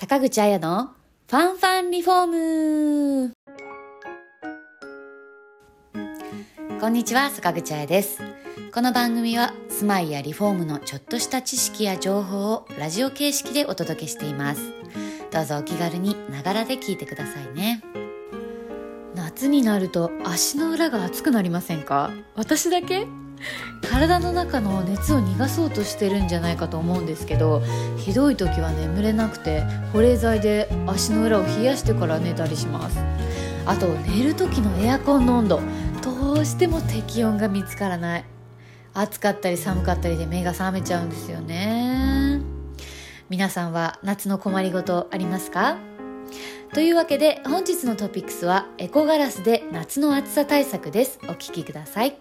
坂口彩のファンファンリフォーム。こんにちは、坂口彩です。この番組は住まいやリフォームのちょっとした知識や情報をラジオ形式でお届けしています。どうぞお気軽にながらで聞いてくださいね。夏になると足の裏が熱くなりませんか？私だけ？体の中の熱を逃がそうとしてるんじゃないかと思うんですけど、ひどい時は眠れなくて保冷剤で足の裏を冷やしてから寝たりします。あと寝る時のエアコンの温度、どうしても適温が見つからない。暑かったり寒かったりで目が覚めちゃうんですよね。皆さんは夏の困りごとありますか？というわけで本日のトピックスはエコガラスで夏の暑さ対策です。お聞きください。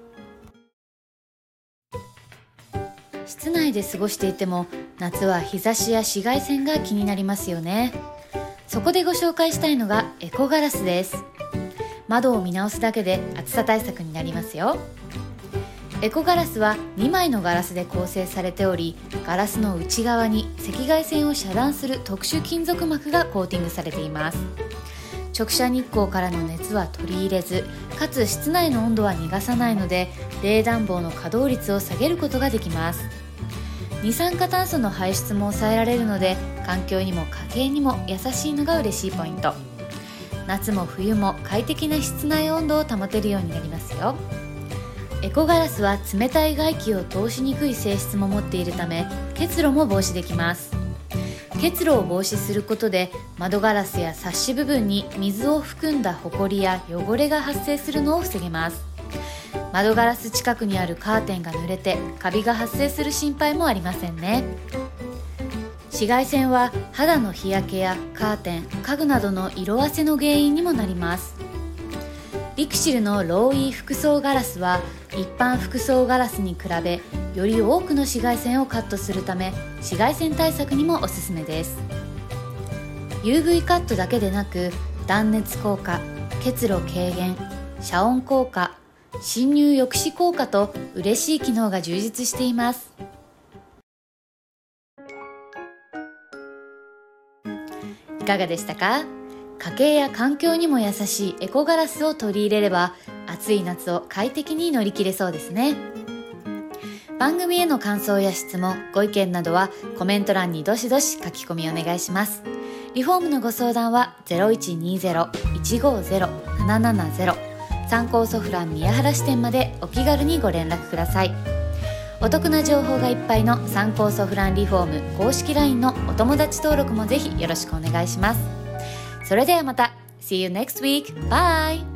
室内で過ごしていても夏は日差しや紫外線が気になりますよね。そこでご紹介したいのがエコガラスです。窓を見直すだけで暑さ対策になりますよ。エコガラスは2枚のガラスで構成されており、ガラスの内側に赤外線を遮断する特殊金属膜がコーティングされています。直射日光からの熱は取り入れず、かつ室内の温度は逃がさないので、冷暖房の稼働率を下げることができます。二酸化炭素の排出も抑えられるので、環境にも家計にも優しいのが嬉しいポイント。夏も冬も快適な室内温度を保てるようになりますよ。エコガラスは冷たい外気を通しにくい性質も持っているため、結露も防止できます。結露を防止することで窓ガラスやサッシ部分に水を含んだホコリや汚れが発生するのを防げます。窓ガラス近くにあるカーテンが濡れてカビが発生する心配もありませんね。紫外線は肌の日焼けやカーテン、家具などの色あせの原因にもなります。リクシルのローイー複層ガラスは一般複層ガラスに比べより多くの紫外線をカットするため、紫外線対策にもおすすめです。 UV カットだけでなく断熱効果、結露軽減、遮音効果、侵入抑止効果と嬉しい機能が充実しています。いかがでしたか？家計や環境にも優しいエコガラスを取り入れれば暑い夏を快適に乗り切れそうですね。番組への感想や質問、ご意見などはコメント欄にどしどし書き込みお願いします。リフォームのご相談は 0120-150-770 参考ソフラン宮原支店までお気軽にご連絡ください。お得な情報がいっぱいの参考ソフランリフォーム公式 LINE のお友達登録もぜひよろしくお願いします。それではまた See you next week! Bye!